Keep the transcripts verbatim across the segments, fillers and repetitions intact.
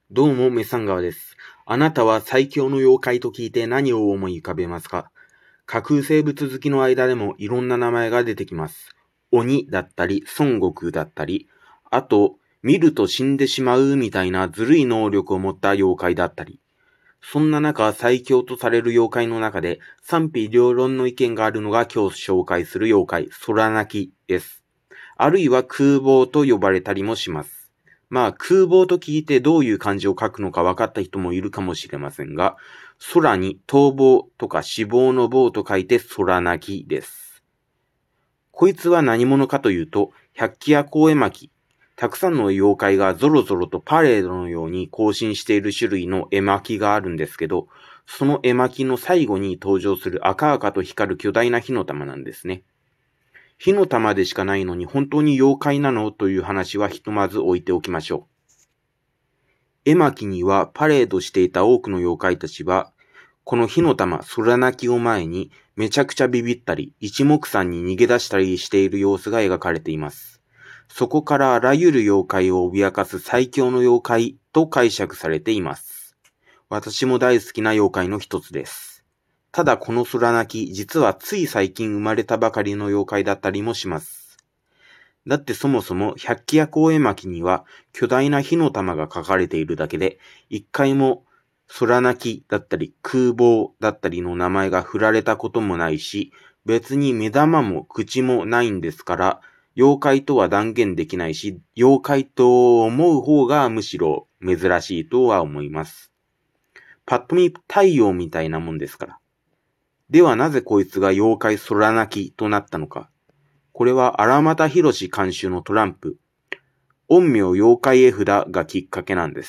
どうも、メサンガワです。あなたは最強の妖怪と聞いて何を思い浮かべますか？架空生物好きの間でもいろんな名前が出てきます。鬼だったり、孫悟空だったり、あと、見ると死んでしまうみたいなずるい能力を持った妖怪だったり。そんな中、最強とされる妖怪の中で賛否両論の意見があるのが今日紹介する妖怪、空泣きです。あるいは空坊と呼ばれたりもします。まあ、空坊と聞いてどういう漢字を書くのか分かった人もいるかもしれませんが、空に逃亡とか死亡の亡と書いて空泣きです。こいつは何者かというと、百鬼夜行絵巻。たくさんの妖怪がゾロゾロとパレードのように行進している種類の絵巻があるんですけど、その絵巻の最後に登場する赤々と光る巨大な火の玉なんですね。火の玉でしかないのに本当に妖怪なのという話はひとまず置いておきましょう。絵巻にはパレードしていた多くの妖怪たちは、この火の玉、空泣きを前にめちゃくちゃビビったり、一目散に逃げ出したりしている様子が描かれています。そこからあらゆる妖怪を脅かす最強の妖怪と解釈されています。私も大好きな妖怪の一つです。ただこの空泣き、実はつい最近生まれたばかりの妖怪だったりもします。だってそもそも百鬼夜行絵巻には巨大な火の玉が書かれているだけで、一回も空泣きだったり空坊だったりの名前が振られたこともないし、別に目玉も口もないんですから、妖怪とは断言できないし、妖怪と思う方がむしろ珍しいとは思います。パッと見太陽みたいなもんですから。ではなぜこいつが妖怪空泣きとなったのか。これは荒俣博監修のトランプ、陰陽妖怪絵札がきっかけなんです。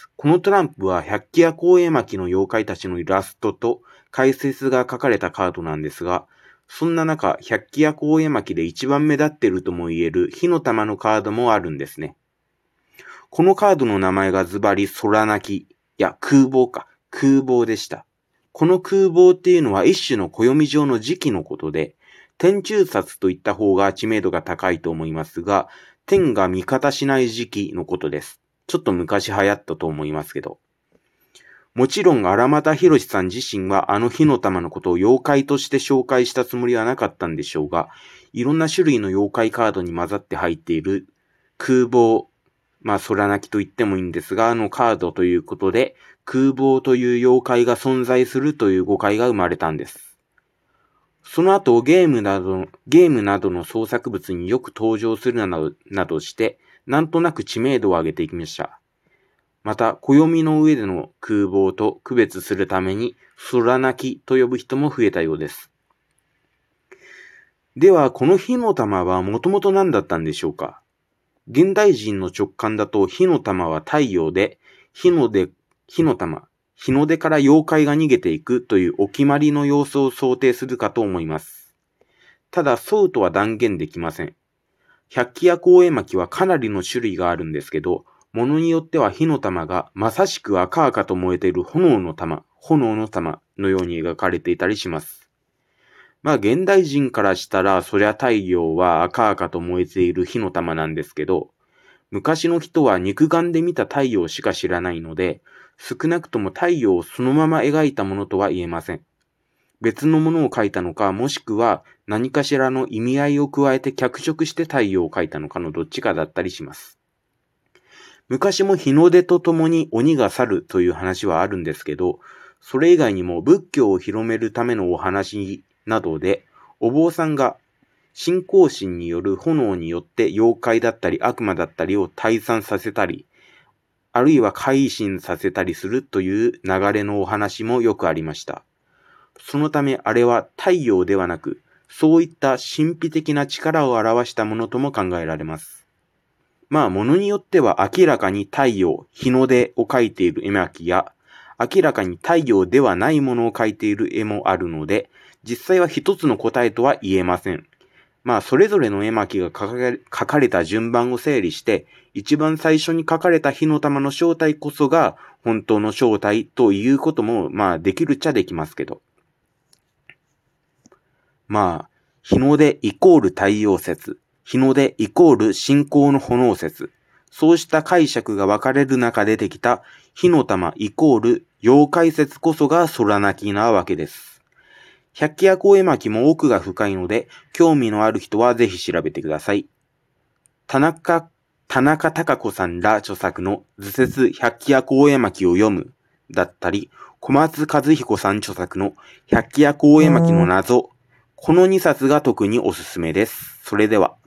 このトランプは百鬼夜行絵巻の妖怪たちのイラストと解説が書かれたカードなんですが、そんな中、百鬼夜行絵巻で一番目立っているとも言える火の玉のカードもあるんですね。このカードの名前がズバリ空泣き、いや空坊か、空坊でした。この空坊っていうのは一種の暦上の時期のことで、天中殺といった方が知名度が高いと思いますが、天が味方しない時期のことです。ちょっと昔流行ったと思いますけど。もちろん荒俣博さん自身はあの火の玉のことを妖怪として紹介したつもりはなかったんでしょうが、いろんな種類の妖怪カードに混ざって入っている空坊、まあ空泣きと言ってもいいんですが、あのカードということで、空坊という妖怪が存在するという誤解が生まれたんです。その後ゲームなど、ゲームなどの創作物によく登場するなど、などして、なんとなく知名度を上げていきました。また、暦の上での空坊と区別するために、空泣きと呼ぶ人も増えたようです。では、この火の玉はもともと何だったんでしょうか？現代人の直感だと火の玉は太陽で、火の出、火の玉、日の出から妖怪が逃げていくというお決まりの様子を想定するかと思います。ただ、そうとは断言できません。百鬼夜行絵巻はかなりの種類があるんですけど、ものによっては火の玉がまさしく赤々と燃えている炎の玉、炎の玉のように描かれていたりします。まあ現代人からしたらそりゃ太陽は赤々と燃えている火の玉なんですけど、昔の人は肉眼で見た太陽しか知らないので、少なくとも太陽をそのまま描いたものとは言えません。別のものを描いたのか、もしくは何かしらの意味合いを加えて脚色して太陽を描いたのかのどっちかだったりします。昔も日の出とともに鬼が去るという話はあるんですけど、それ以外にも仏教を広めるためのお話などで、お坊さんが信仰心による炎によって妖怪だったり悪魔だったりを退散させたり、あるいは改心させたりするという流れのお話もよくありました。そのためあれは太陽ではなく、そういった神秘的な力を表したものとも考えられます。まあ、ものによっては明らかに太陽、日の出を描いている絵巻や、明らかに太陽ではないものを描いている絵もあるので、実際は一つの答えとは言えません。まあ、それぞれの絵巻が描かれた順番を整理して、一番最初に描かれた火の玉の正体こそが本当の正体ということも、まあ、できるっちゃできますけど。まあ、日の出イコール太陽説、日の出イコール信仰の炎説、 そうした解釈が分かれる中出てきた火の玉イコール妖怪説こそが空泣きなわけです。百鬼夜行絵巻も奥が深いので、興味のある人はぜひ調べてください。田中、田中孝子さんら著作の図説百鬼夜行絵巻を読むだったり、小松和彦さん著作の百鬼夜行絵巻の謎、このにさつが特におすすめです。それでは。